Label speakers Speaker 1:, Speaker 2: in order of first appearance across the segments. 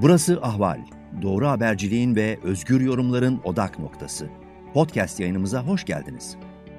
Speaker 1: Burası Ahval. Doğru haberciliğin ve özgür yorumların odak noktası. Podcast yayınımıza hoş geldiniz.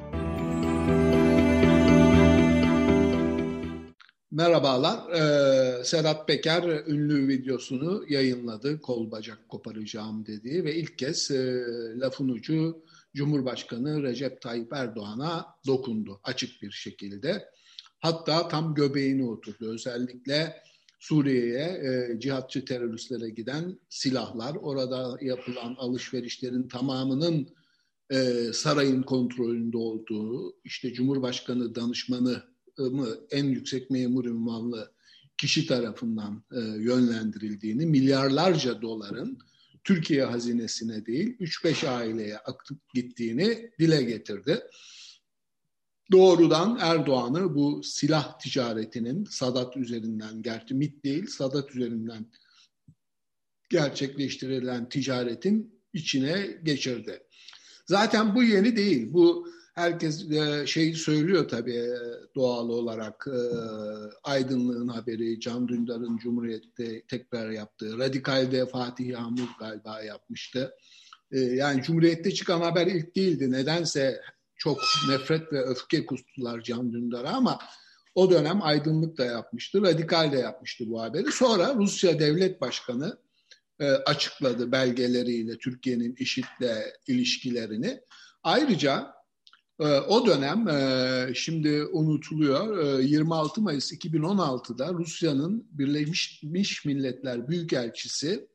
Speaker 2: Merhabalar. Sedat Peker ünlü videosunu yayınladı. Kol bacak koparacağım dediği ve ilk kez lafın ucu Cumhurbaşkanı Recep Tayyip Erdoğan'a dokundu açık bir şekilde. Hatta tam göbeğine oturdu. Özellikle Suriye'ye cihatçı teröristlere giden silahlar, orada yapılan alışverişlerin tamamının sarayın kontrolünde olduğu, işte Cumhurbaşkanı danışmanı en yüksek memur ünvanlı kişi tarafından yönlendirildiğini, milyarlarca doların Türkiye hazinesine değil 3-5 aileye akıp gittiğini dile getirdi. Doğrudan Erdoğan'ı bu silah ticaretinin Sadat üzerinden, gerçi MİT değil Sadat üzerinden gerçekleştirilen ticaretin içine geçirdi. Zaten bu yeni değil. Bu herkes söylüyor tabii doğal olarak. Aydınlık'ın haberi, Can Dündar'ın Cumhuriyet'te tekrar yaptığı, Radikal'de Fatih Yağmur galiba yapmıştı. Yani Cumhuriyet'te çıkan haber ilk değildi. Nedense çok nefret ve öfke kustular Can Dündar'a ama o dönem Aydınlık da yapmıştı, Radikal de yapmıştı bu haberi. Sonra Rusya Devlet Başkanı açıkladı belgeleriyle Türkiye'nin IŞİD'le ilişkilerini. Ayrıca o dönem şimdi unutuluyor 26 Mayıs 2016'da Rusya'nın Birleşmiş Milletler Büyükelçisi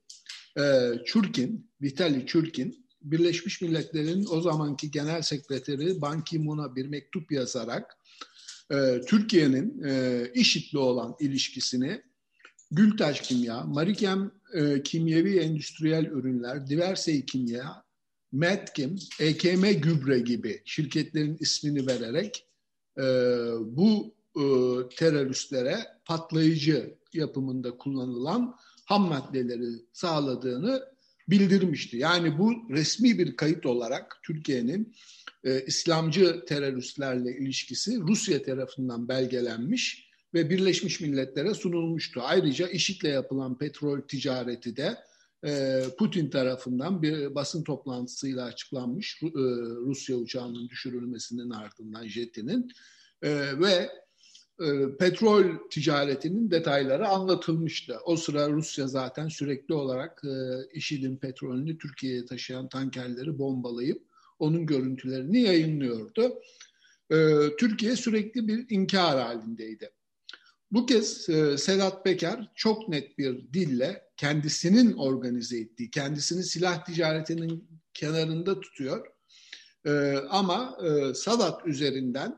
Speaker 2: Vitali Churkin, Birleşmiş Milletler'in o zamanki Genel Sekreteri Ban Ki-moon'a bir mektup yazarak Türkiye'nin IŞİD'le olan ilişkisini Gültaş Kimya, Marikem Kimyevi Endüstriyel Ürünler, Diversey Kimya, Metkim, EKM Gübre gibi şirketlerin ismini vererek bu teröristlere patlayıcı yapımında kullanılan ham maddeleri sağladığını bildirmişti. Yani bu resmi bir kayıt olarak Türkiye'nin İslamcı teröristlerle ilişkisi Rusya tarafından belgelenmiş ve Birleşmiş Milletler'e sunulmuştu. Ayrıca IŞİD'le yapılan petrol ticareti de Putin tarafından bir basın toplantısıyla açıklanmış. Rusya uçağının düşürülmesinin ardından jetinin ve petrol ticaretinin detayları anlatılmıştı. O sıra Rusya zaten sürekli olarak IŞİD'in petrolünü Türkiye'ye taşıyan tankerleri bombalayıp onun görüntülerini yayınlıyordu. Türkiye sürekli bir inkar halindeydi. Bu kez Sedat Peker çok net bir dille kendisinin organize ettiği, kendisini silah ticaretinin kenarında tutuyor. Ama Sadat üzerinden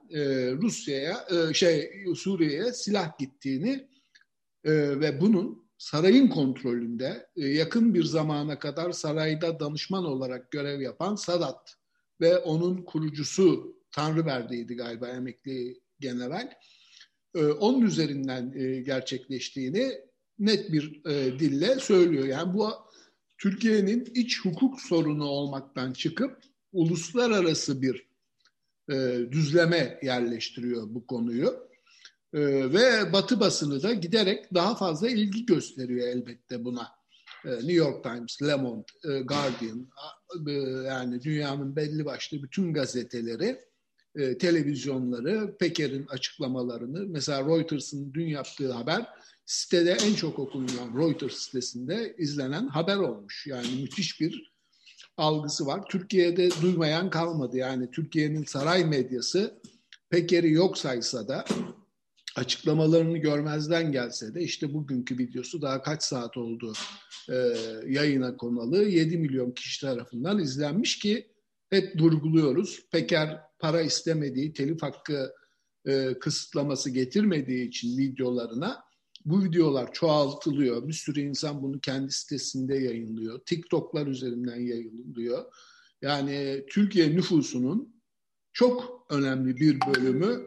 Speaker 2: Suriye'ye silah gittiğini ve bunun sarayın kontrolünde yakın bir zamana kadar sarayda danışman olarak görev yapan Sadat ve onun kurucusu Tanrıverdi'ydi galiba emekli general. Onun üzerinden gerçekleştiğini net bir dille söylüyor. Yani bu Türkiye'nin iç hukuk sorunu olmaktan çıkıp uluslararası bir düzleme yerleştiriyor bu konuyu. Ve Batı basını da giderek daha fazla ilgi gösteriyor elbette buna. New York Times, Le Monde, Guardian, yani dünyanın belli başlı bütün gazeteleri, televizyonları, Peker'in açıklamalarını, mesela Reuters'ın dün yaptığı haber sitede en çok okunulan Reuters sitesinde izlenen haber olmuş. Yani müthiş bir algısı var. Türkiye'de duymayan kalmadı. Yani Türkiye'nin saray medyası Peker'i yok saysa da, açıklamalarını görmezden gelse de, işte bugünkü videosu daha kaç saat oldu yayına konalı, 7 milyon kişi tarafından izlenmiş ki hep vurguluyoruz. Peker para istemediği, telif hakkı kısıtlaması getirmediği için videolarına bu videolar çoğaltılıyor. Bir sürü insan bunu kendi sitesinde yayınlıyor. TikTok'lar üzerinden yayınlıyor. Yani Türkiye nüfusunun çok önemli bir bölümü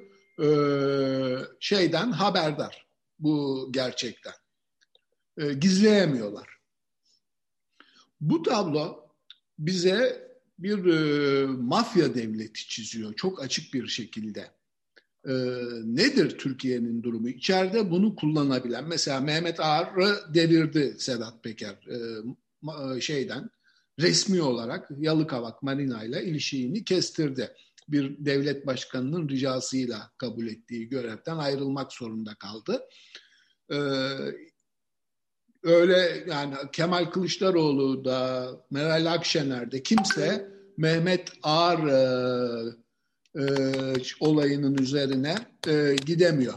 Speaker 2: haberdar bu gerçekten. Gizleyemiyorlar. Bu tablo bize bir mafya devleti çiziyor çok açık bir şekilde. Nedir Türkiye'nin durumu? İçeride bunu kullanabilen, mesela Mehmet Ağar'ı devirdi Sedat Peker resmi olarak Yalıkavak Marina ile ilişiğini kestirdi. Bir devlet başkanının ricasıyla kabul ettiği görevden ayrılmak zorunda kaldı. Öyle yani Kemal Kılıçdaroğlu da Meral Akşener de kimse Mehmet Ağar olayının üzerine gidemiyor.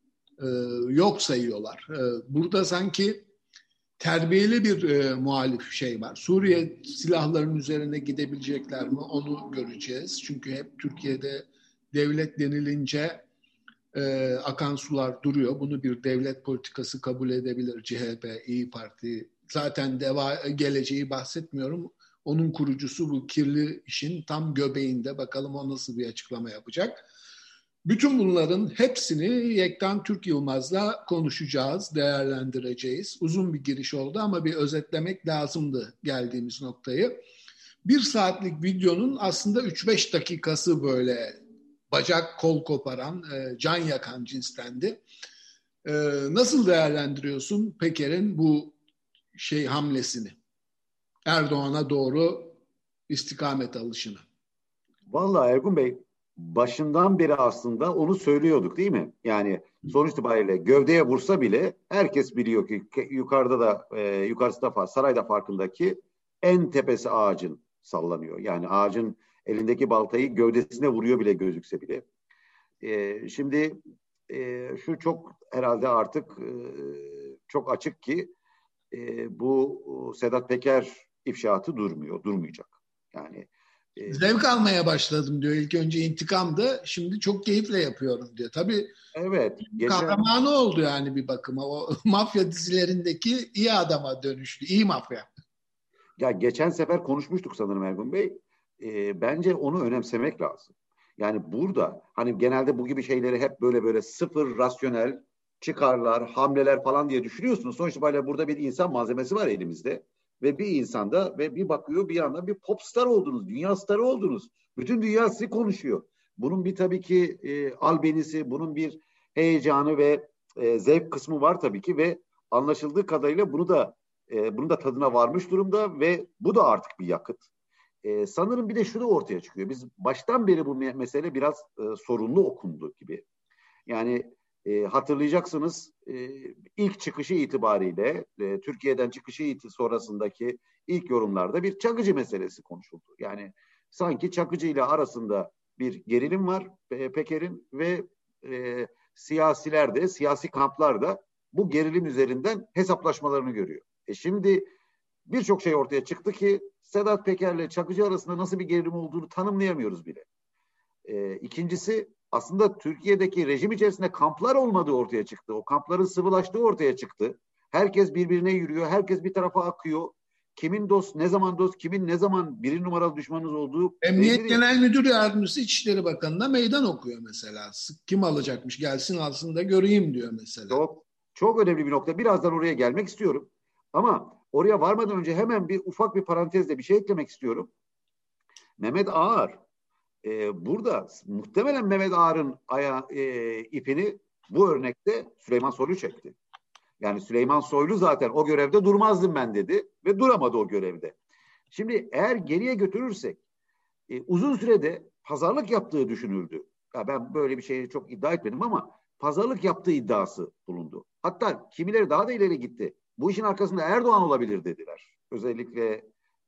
Speaker 2: Yok sayıyorlar. Burada sanki terbiyeli bir muhalif şey var. Suriye silahlarının üzerine gidebilecekler mi onu göreceğiz. Çünkü hep Türkiye'de devlet denilince akan sular duruyor. Bunu bir devlet politikası kabul edebilir CHP, İYİ Parti. Zaten geleceği bahsetmiyorum. Onun kurucusu bu kirli işin tam göbeğinde. Bakalım o nasıl bir açıklama yapacak. Bütün bunların hepsini Yektan Türk Yılmaz'la konuşacağız, değerlendireceğiz. Uzun bir giriş oldu ama bir özetlemek lazımdı geldiğimiz noktayı. 1 saatlik videonun aslında 3-5 dakikası böyle bacak kol koparan, can yakan cinstendi. Nasıl değerlendiriyorsun Peker'in bu hamlesini? Erdoğan'a doğru istikamet alışını.
Speaker 3: Vallahi Ergun Bey, başından beri aslında onu söylüyorduk değil mi? Yani sonuç itibariyle gövdeye vursa bile herkes biliyor ki yukarıda da yukarısı sarayda farkındaki en tepesi ağacın sallanıyor. Yani ağacın elindeki baltayı gövdesine vuruyor bile gözükse bile. Şimdi şu çok herhalde artık çok açık ki bu Sedat Peker ifşaatı durmayacak. Yani
Speaker 2: zevk almaya başladım diyor. İlk önce intikamdı. Şimdi çok keyifle yapıyorum diyor. Tabii
Speaker 3: evet,
Speaker 2: kahramanı oldu yani bir bakıma. O mafya dizilerindeki iyi adama dönüştü. İyi mafya.
Speaker 3: Ya geçen sefer konuşmuştuk sanırım Ergun Bey. Bence onu önemsemek lazım. Yani burada hani genelde bu gibi şeyleri hep böyle sıfır rasyonel çıkarlar, hamleler falan diye düşünüyorsunuz. Sonuç itibariyle burada bir insan malzemesi var elimizde. Ve bir insanda ve bir bakıyor bir yandan bir pop star oldunuz, dünya starı oldunuz. Bütün dünya sizi konuşuyor. Bunun bir tabii ki albenisi, bunun bir heyecanı ve zevk kısmı var tabii ki ve anlaşıldığı kadarıyla bunun da tadına varmış durumda ve bu da artık bir yakıt. Sanırım bir de şu da ortaya çıkıyor. Biz baştan beri bu mesele biraz sorunlu okundu gibi. Yani hatırlayacaksınız ilk çıkışı itibariyle Türkiye'den çıkışı sonrasındaki ilk yorumlarda bir Çakıcı meselesi konuşuldu. Yani sanki Çakıcı ile arasında bir gerilim var Peker'in ve siyasiler de siyasi kamplar da bu gerilim üzerinden hesaplaşmalarını görüyor. Şimdi birçok şey ortaya çıktı ki Sedat Peker'le Çakıcı arasında nasıl bir gerilim olduğunu tanımlayamıyoruz bile. İkincisi aslında Türkiye'deki rejim içerisinde kamplar olmadığı ortaya çıktı. O kampların sıvılaştığı ortaya çıktı. Herkes birbirine yürüyor. Herkes bir tarafa akıyor. Kimin dost, ne zaman dost, kimin ne zaman bir numaralı düşmanınız olduğu...
Speaker 2: Emniyet Genel Müdür Yardımcısı İçişleri Bakanı'na meydan okuyor mesela. Kim alacakmış gelsin alsın da göreyim diyor mesela.
Speaker 3: Çok önemli bir nokta. Birazdan oraya gelmek istiyorum. Ama oraya varmadan önce hemen ufak bir parantezle bir şey eklemek istiyorum. Mehmet Ağar burada muhtemelen Mehmet Ağar'ın ipini bu örnekte Süleyman Soylu çekti. Yani Süleyman Soylu zaten o görevde durmazdım ben dedi ve duramadı o görevde. Şimdi eğer geriye götürürsek uzun sürede pazarlık yaptığı düşünüldü. Ya ben böyle bir şeyi çok iddia etmedim ama pazarlık yaptığı iddiası bulundu. Hatta kimileri daha da ileri gitti. Bu işin arkasında Erdoğan olabilir dediler. Özellikle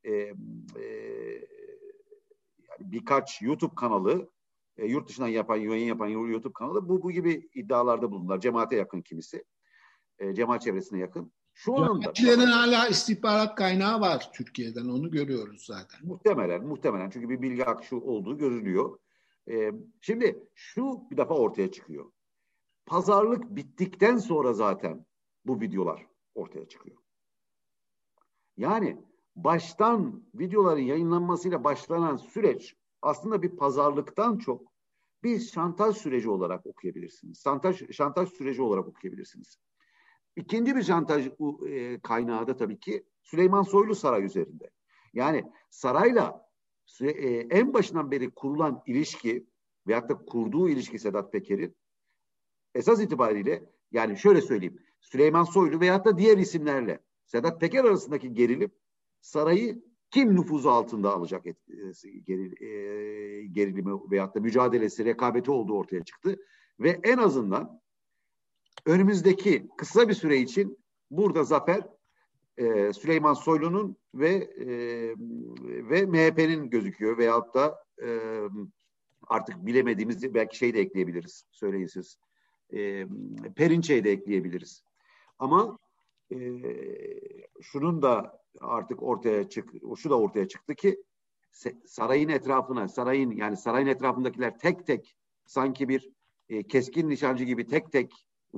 Speaker 3: birkaç YouTube kanalı, yurt dışından yayın yapan YouTube kanalı bu gibi iddialarda bulundular. Cemaate yakın kimisi. Cemaat çevresine yakın. Şu anda
Speaker 2: cemaatçilerin hala istihbarat kaynağı var Türkiye'den. Onu görüyoruz zaten.
Speaker 3: Muhtemelen. Çünkü bir bilgi akışı olduğu görülüyor. Şimdi şu bir defa ortaya çıkıyor. Pazarlık bittikten sonra zaten bu videolar ortaya çıkıyor. Yani baştan videoların yayınlanmasıyla başlanan süreç aslında bir pazarlıktan çok bir şantaj süreci olarak okuyabilirsiniz. Şantaj süreci olarak okuyabilirsiniz. İkinci bir şantaj kaynağı da tabii ki Süleyman Soylu saray üzerinde. Yani sarayla en başından beri kurulan ilişki veyahut da kurduğu ilişki Sedat Peker'in esas itibariyle, yani şöyle söyleyeyim, Süleyman Soylu veyahut da diğer isimlerle Sedat Peker arasındaki gerilim sarayı kim nüfuzu altında alacak gerilimi veyahut da mücadelesi, rekabeti olduğu ortaya çıktı. Ve en azından önümüzdeki kısa bir süre için burada zafer Süleyman Soylu'nun ve MHP'nin gözüküyor veyahut da artık bilemediğimiz belki şey de ekleyebiliriz. Söyleyin siz. Perinçe'yi de ekleyebiliriz. Ama şunun da artık şu da ortaya çıktı ki sarayın etrafındakiler tek tek sanki bir keskin nişancı gibi tek tek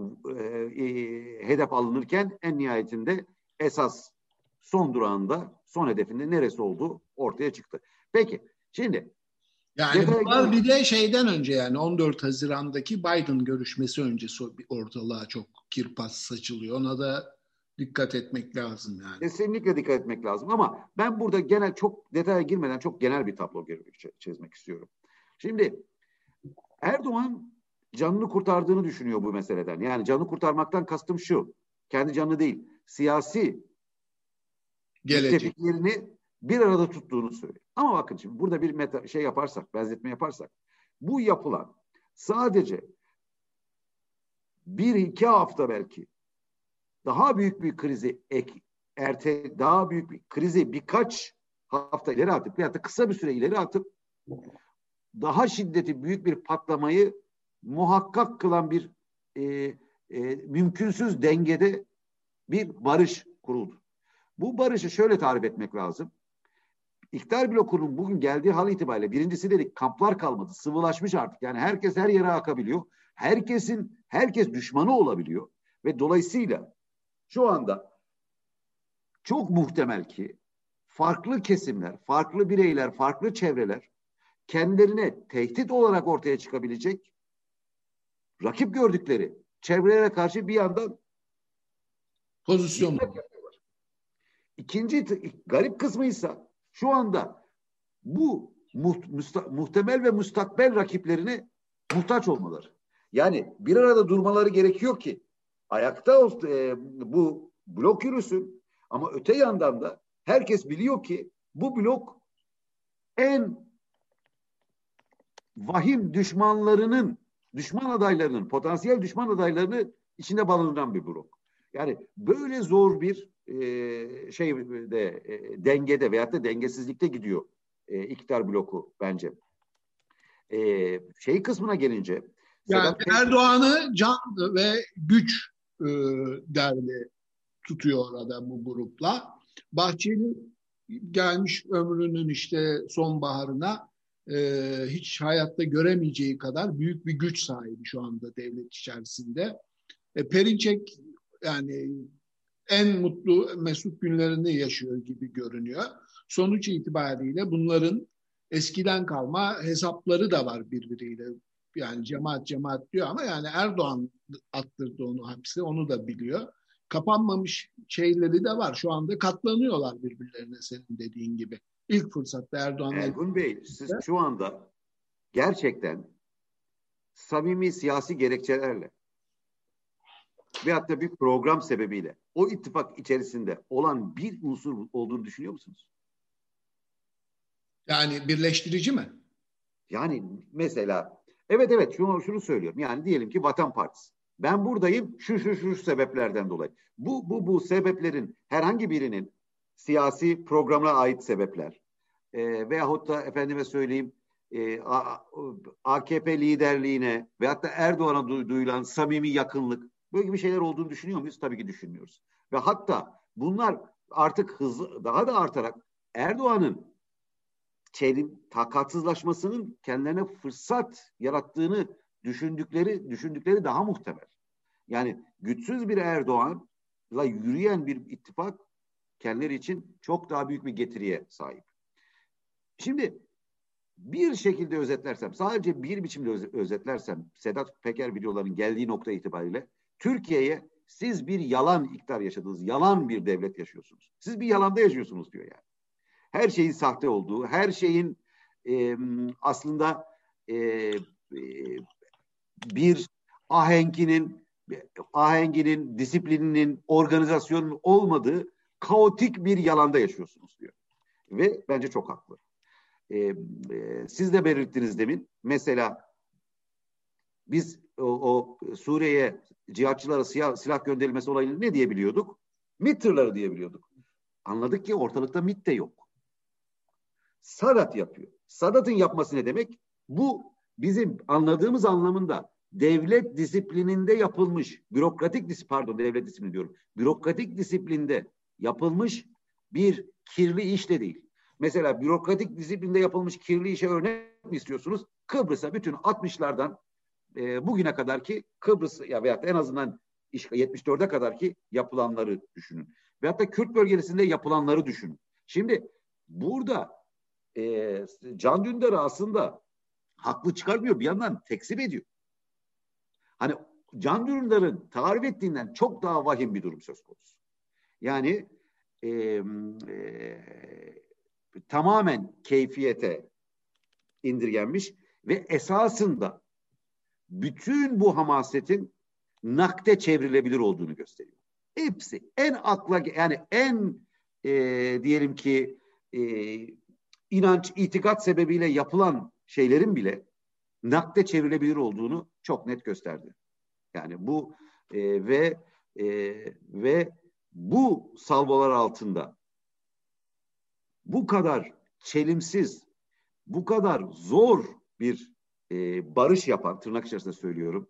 Speaker 3: hedef alınırken en nihayetinde esas son durağında, son hedefinde neresi olduğu ortaya çıktı. Peki, şimdi
Speaker 2: yani bunlar bir de şeyden önce, yani 14 Haziran'daki Biden görüşmesi önce ortalığa çok kirpas saçılıyor. Ona da dikkat etmek lazım yani.
Speaker 3: Kesinlikle dikkat etmek lazım ama ben burada çok detaya girmeden çok genel bir tablo çizmek istiyorum. Şimdi Erdoğan canını kurtardığını düşünüyor bu meseleden. Yani canını kurtarmaktan kastım şu: kendi canını değil, siyasi müttefiklerini bir arada tuttuğunu söylüyor. Ama bakın şimdi burada bir benzetme yaparsak, bu yapılan sadece 1-2 hafta belki daha büyük bir krizi daha büyük bir krizi birkaç hafta ileri atıp veyahut da kısa bir süre ileri atıp daha şiddetli büyük bir patlamayı muhakkak kılan bir mümkünsüz dengede bir barış kuruldu. Bu barışı şöyle tarif etmek lazım. İktidar blokunun bugün geldiği hal itibariyle, birincisi dedik, kamplar kalmadı. Sıvılaşmış artık. Yani herkes her yere akabiliyor. Herkes düşmanı olabiliyor. Ve dolayısıyla şu anda çok muhtemel ki farklı kesimler, farklı bireyler, farklı çevreler kendilerine tehdit olarak ortaya çıkabilecek rakip gördükleri çevrelere karşı bir yandan
Speaker 2: pozisyon
Speaker 3: yapıyorlar. İkinci garip kısmı ise şu anda bu muhtemel ve müstakbel rakiplerine muhtaç olmaları. Yani bir arada durmaları gerekiyor ki ayakta bu blok yürüsün. Ama öte yandan da herkes biliyor ki bu blok en vahim potansiyel düşman adaylarını içinde barındıran bir blok. Yani böyle zor bir dengede veyahut da dengesizlikte gidiyor iktidar bloku bence. Kısmına gelince,
Speaker 2: yani Erdoğan'ı can ve güç derdi tutuyor orada bu grupla. Bahçeli gelmiş ömrünün işte sonbaharına hiç hayatta göremeyeceği kadar büyük bir güç sahibi şu anda devlet içerisinde. Perinçek yani en mutlu, mesut günlerini yaşıyor gibi görünüyor. Sonuç itibariyle bunların eskiden kalma hesapları da var birbiriyle. Yani cemaat diyor ama yani Erdoğan attırdı onu hapse, onu da biliyor. Kapanmamış şeyleri de var. Şu anda katlanıyorlar birbirlerine, senin dediğin gibi. İlk fırsatta Erdoğan'la...
Speaker 3: Ergun Bey, siz şu anda gerçekten samimi siyasi gerekçelerle veyahut da bir program sebebiyle o ittifak içerisinde olan bir unsur olduğunu düşünüyor musunuz?
Speaker 2: Yani birleştirici mi?
Speaker 3: Yani mesela evet şunu söylüyorum. Yani diyelim ki Vatan Partisi. Ben buradayım şu sebeplerden dolayı. Bu sebeplerin herhangi birinin siyasi programına ait sebepler veyahut da efendime söyleyeyim AKP liderliğine veyahut da Erdoğan'a duyulan samimi yakınlık, böyle gibi şeyler olduğunu düşünüyor muyuz? Tabii ki düşünmüyoruz. Ve hatta bunlar artık daha da artarak Erdoğan'ın takatsızlaşmasının kendilerine fırsat yarattığını düşündükleri daha muhtemel. Yani güçsüz bir Erdoğan'la yürüyen bir ittifak kendileri için çok daha büyük bir getiriye sahip. Şimdi bir şekilde özetlersem, sadece bir biçimde özetlersem Sedat Peker videolarının geldiği nokta itibariyle Türkiye'ye siz bir yalan iktidar yaşadınız, yalan bir devlet yaşıyorsunuz. Siz bir yalanda yaşıyorsunuz diyor yani. Her şeyin sahte olduğu, her şeyin aslında e, e, bir ahenginin, disiplininin, organizasyonun olmadığı kaotik bir yalanda yaşıyorsunuz diyor. Ve bence çok haklı. Siz de belirttiniz demin. Mesela biz o Suriye'ye cihatçılara silah gönderilmesi olayını ne diyebiliyorduk? MİT tırları diyebiliyorduk. Anladık ki ortalıkta MİT de yok. Sadat yapıyor. Sadat'ın yapması ne demek? Bu bizim anladığımız anlamında devlet disiplininde yapılmış, devlet disiplini diyorum. Bürokratik disiplinde yapılmış bir kirli iş de değil. Mesela bürokratik disiplinde yapılmış kirli işe örnek mi istiyorsunuz? Kıbrıs'a bütün 60'lardan bugüne kadar ki Kıbrıs veyahut da en azından 74'e kadar ki yapılanları düşünün. Veyahut da Kürt bölgesinde yapılanları düşünün. Şimdi burada Can Dündar'ı aslında haklı çıkarmıyor. Bir yandan tekzip ediyor. Hani Can Dündar'ın tarif ettiğinden çok daha vahim bir durum söz konusu. Yani tamamen keyfiyete indirgenmiş ve esasında bütün bu hamasetin nakde çevrilebilir olduğunu gösteriyor. Hepsi en diyelim ki inanç, itikat sebebiyle yapılan şeylerin bile nakde çevrilebilir olduğunu çok net gösterdi. Yani bu ve bu salvolar altında bu kadar çelimsiz, bu kadar zor bir barış yapan, tırnak içerisinde söylüyorum,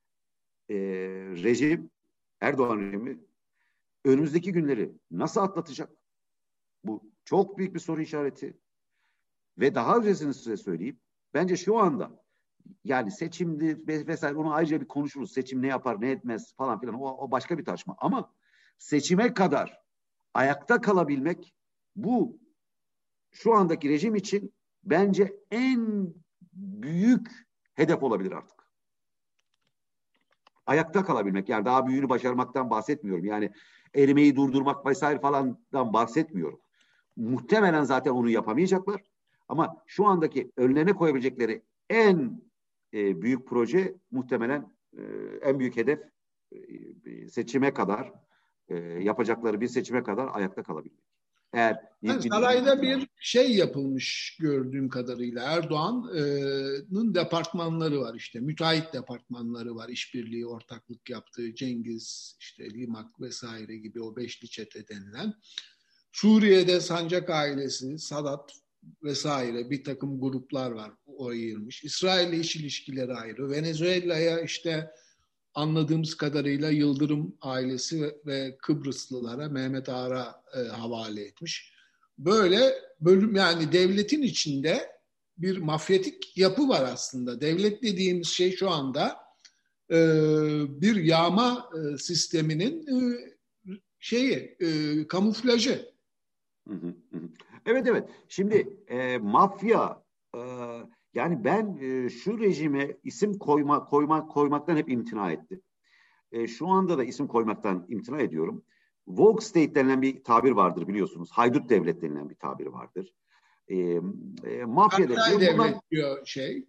Speaker 3: rejim, Erdoğan rejimi önümüzdeki günleri nasıl atlatacak? Bu çok büyük bir soru işareti. Ve daha öncesini size söyleyeyim. Bence şu anda yani seçimdi vesaire onu ayrıca bir konuşuruz. Seçim ne yapar ne etmez falan filan o başka bir tartışma. Ama seçime kadar ayakta kalabilmek bu şu andaki rejim için bence en büyük hedef olabilir artık. Ayakta kalabilmek yani daha büyüğünü başarmaktan bahsetmiyorum. Yani erimeyi durdurmak vesaire falandan bahsetmiyorum. Muhtemelen zaten onu yapamayacaklar. Ama şu andaki önlerine koyabilecekleri en büyük proje muhtemelen en büyük hedef seçime kadar yapacakları bir seçime kadar ayakta kalabilmek.
Speaker 2: Sarayda bir şey yapılmış gördüğüm kadarıyla. Erdoğan'ın departmanları var işte. Müteahhit departmanları var. İşbirliği, ortaklık yaptığı Cengiz, işte Limak vesaire gibi o beşli çete denilen. Suriye'de Sancak ailesi, Sadat vesaire bir takım gruplar var. O ayırmış. İsrail'le iç ilişkileri ayrı. Venezuela'ya işte anladığımız kadarıyla Yıldırım ailesi ve Kıbrıslılara Mehmet Ağar'a havale etmiş. Böyle bölüm yani devletin içinde bir mafyatik yapı var aslında. Devlet dediğimiz şey şu anda bir yağma sisteminin kamuflajı.
Speaker 3: Evet. Şimdi mafya yani ben şu rejime isim koymaktan hep imtina ettim. Şu anda da isim koymaktan imtina ediyorum. Vogue State denilen bir tabir vardır biliyorsunuz. Haydut devlet denilen bir tabir vardır. Mafya
Speaker 2: devlet diyor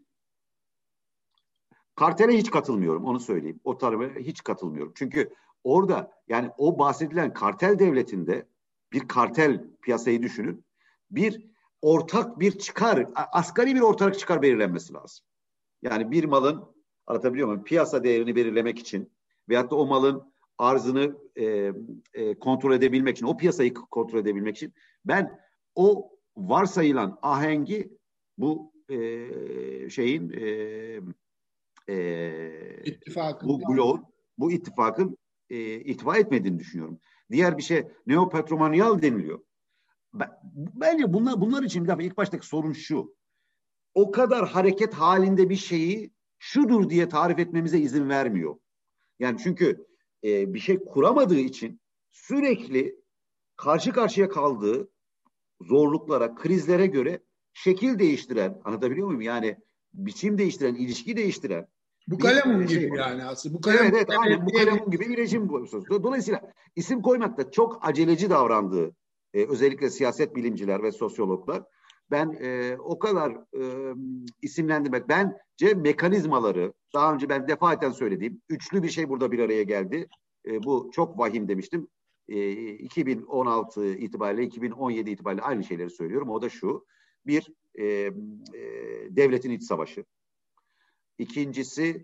Speaker 3: Kartele hiç katılmıyorum onu söyleyeyim. O tarafa hiç katılmıyorum. Çünkü orada yani o bahsedilen kartel devletinde bir kartel piyasayı düşünün. Ortak bir çıkar, asgari bir ortak çıkar belirlenmesi lazım. Yani bir malın, anlatabiliyor muyum? Piyasa değerini belirlemek için veyahut da o malın arzını kontrol edebilmek için, o piyasayı kontrol edebilmek için ben o varsayılan ahengi bu bu ittifakın ihtiva etmediğini düşünüyorum. Diğer bir şey neopatrimonyal deniliyor. Bence bunlar için ilk baştaki sorun şu. O kadar hareket halinde bir şeyi şudur diye tarif etmemize izin vermiyor. Yani çünkü bir şey kuramadığı için sürekli karşı karşıya kaldığı zorluklara, krizlere göre şekil değiştiren, anlatabiliyor muyum? Yani biçim değiştiren, ilişki değiştiren.
Speaker 2: Bu kalemun gibi yani aslında.
Speaker 3: Evet, aynen bu kalemun gibi bir rejim bu. Dolayısıyla isim koymakta çok aceleci davrandığı özellikle siyaset bilimciler ve sosyologlar ben o kadar isimlendirmek, bence mekanizmaları, daha önce ben defaten söylediğim üçlü bir şey burada bir araya geldi. Bu çok vahim demiştim. 2016 itibariyle 2017 itibariyle aynı şeyleri söylüyorum. O da şu: bir, devletin iç savaşı. İkincisi,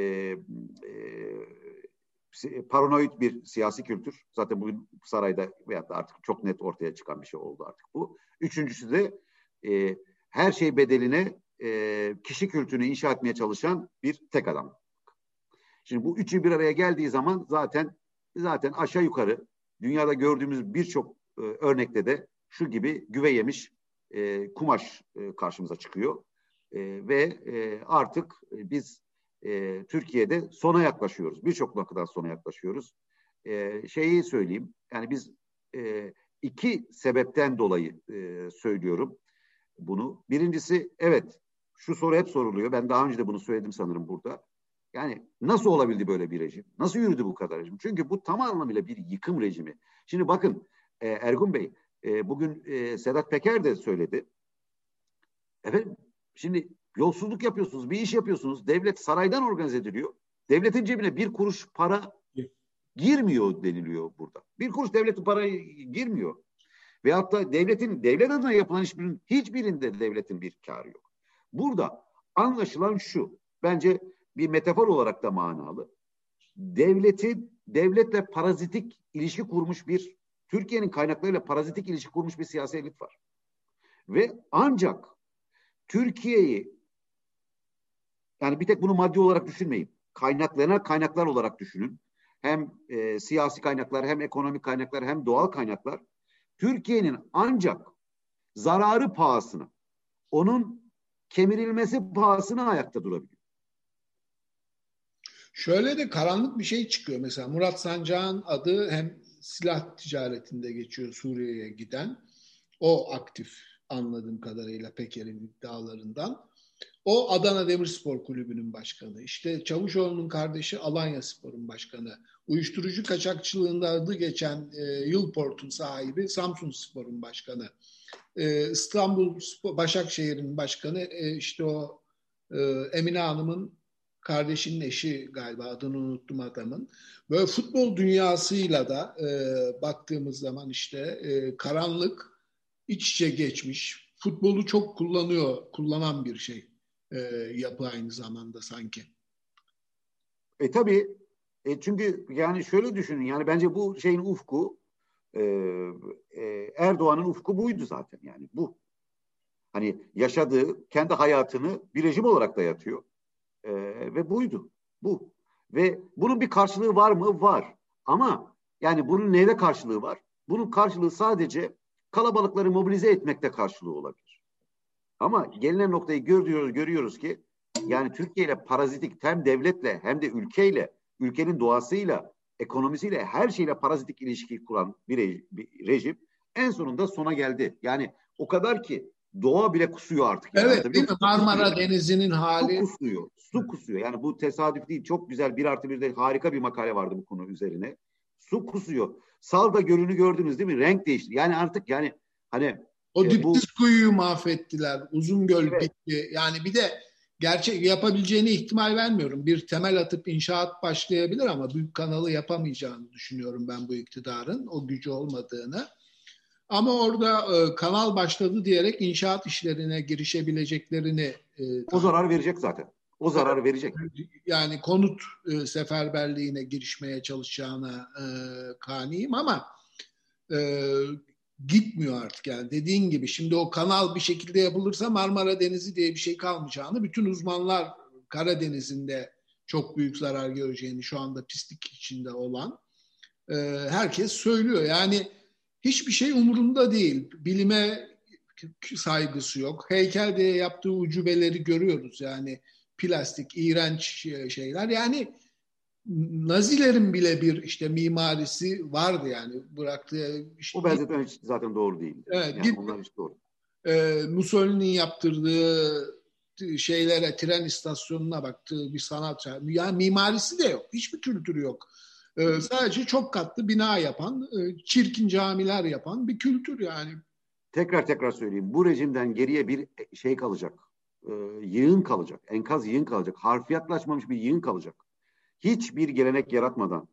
Speaker 3: paranoid bir siyasi kültür. Zaten bugün sarayda veyahut da artık çok net ortaya çıkan bir şey oldu artık bu. Üçüncüsü de her şey bedeline kişi kültürünü inşa etmeye çalışan bir tek adam. Şimdi bu üçü bir araya geldiği zaman zaten aşağı yukarı dünyada gördüğümüz birçok örnekte de şu gibi güve yemiş kumaş karşımıza çıkıyor. Ve artık biz Türkiye'de sona yaklaşıyoruz. Birçok noktadan sona yaklaşıyoruz. Şeyi söyleyeyim. Yani biz iki sebepten dolayı söylüyorum bunu. Birincisi, evet, şu soru hep soruluyor. Ben daha önce de bunu söyledim sanırım burada. Yani nasıl olabildi böyle bir rejim? Nasıl yürüdü bu kadar rejim? Çünkü bu tam anlamıyla bir yıkım rejimi. Şimdi bakın Ergun Bey, bugün Sedat Peker de söyledi. Efendim, şimdi yolsuzluk yapıyorsunuz, bir iş yapıyorsunuz. Devlet saraydan organize ediliyor. Devletin cebine bir kuruş para girmiyor deniliyor burada. Bir kuruş devletin parayı girmiyor. Veyahut da devlet adına yapılan hiçbirinde devletin bir karı yok. Burada anlaşılan şu, bence bir metafor olarak da manalı. Devletle parazitik ilişki kurmuş Türkiye'nin kaynaklarıyla parazitik ilişki kurmuş bir siyasi elit var. Ve ancak Türkiye'yi, yani bir tek bunu maddi olarak düşünmeyin. Kaynaklar olarak düşünün. Hem siyasi kaynaklar, hem ekonomik kaynaklar, hem doğal kaynaklar. Türkiye'nin ancak zararı pahasına, onun kemirilmesi pahasına ayakta durabiliyor.
Speaker 2: Şöyle de karanlık bir şey çıkıyor. Mesela Murat Sancak'ın adı hem silah ticaretinde geçiyor, Suriye'ye giden. O aktif anladığım kadarıyla Peker'in iddialarından. O Adana Demirspor Kulübü'nün başkanı. İşte Çavuşoğlu'nun kardeşi Alanyaspor'un başkanı. Uyuşturucu kaçakçılığında adı geçen Yılport'un sahibi Samsunspor'un başkanı. İstanbul Başakşehir'in başkanı işte o Emine Hanım'ın kardeşinin eşi galiba, adını unuttum adamın. Böyle futbol dünyasıyla da baktığımız zaman işte karanlık iç içe geçmiş. Futbolu çok kullanan bir şey. Yapı aynı zamanda sanki.
Speaker 3: Tabii. Çünkü yani şöyle düşünün, yani bence bu şeyin ufku, Erdoğan'ın ufku buydu zaten, yani bu. Hani yaşadığı kendi hayatını bir rejim olarak dayatıyor. Ve buydu. Bu. Ve bunun bir karşılığı var mı? Var. Ama yani bunun neyle karşılığı var? Bunun karşılığı sadece kalabalıkları mobilize etmekte karşılığı olabilir. Ama gelinen noktayı görüyoruz ki yani Türkiye ile parazitik, hem devletle hem de ülkeyle, ülkenin doğasıyla, ekonomisiyle, her şeyle parazitik ilişki kuran bir rejim en sonunda sona geldi. Yani o kadar ki doğa bile kusuyor artık.
Speaker 2: Evet, değil mi? Marmara Denizi'nin hali.
Speaker 3: Su kusuyor. Yani bu tesadüf değil. Çok güzel 1+1'de harika bir makale vardı bu konu üzerine. Su kusuyor. Salda Gölü'nü gördünüz değil mi? Renk değişti. Yani artık yani hani
Speaker 2: o dipsiz kuyuyu mahvettiler. Uzungöl bitti. Yani bir de gerçek yapabileceğine ihtimal vermiyorum. Bir temel atıp inşaat başlayabilir ama büyük kanalı yapamayacağını düşünüyorum ben bu iktidarın. O gücü olmadığını. Ama orada kanal başladı diyerek inşaat işlerine girişebileceklerini...
Speaker 3: o zarar verecek zaten. O zarar verecek.
Speaker 2: Yani konut seferberliğine girişmeye çalışacağına kaniyim ama gitmiyor artık. Yani dediğin gibi şimdi o kanal bir şekilde yapılırsa Marmara Denizi diye bir şey kalmayacağını, bütün uzmanlar Karadeniz'inde çok büyük zarar göreceğini şu anda pislik içinde olan herkes söylüyor. Yani hiçbir şey umurunda değil. Bilime saygısı yok. Heykelde'ye yaptığı ucubeleri görüyoruz. Yani plastik, iğrenç şeyler. Yani Nazilerin bile bir işte mimarisi vardı yani. Bıraktığı... Işte,
Speaker 3: o benzetme hiç zaten doğru değil.
Speaker 2: Evet,
Speaker 3: yani onlar hiç doğru.
Speaker 2: Mussolini'nin yaptırdığı şeylere, tren istasyonuna baktığı bir sanatçı. Yani mimarisi de yok. Hiçbir kültürü yok. Sadece çok katlı bina yapan, çirkin camiler yapan bir kültür yani.
Speaker 3: tekrar söyleyeyim. Bu rejimden geriye bir şey kalacak. Yığın kalacak. Enkaz yığın kalacak. Harfiyatlaşmamış bir yığın kalacak. Hiçbir gelenek yaratmadan,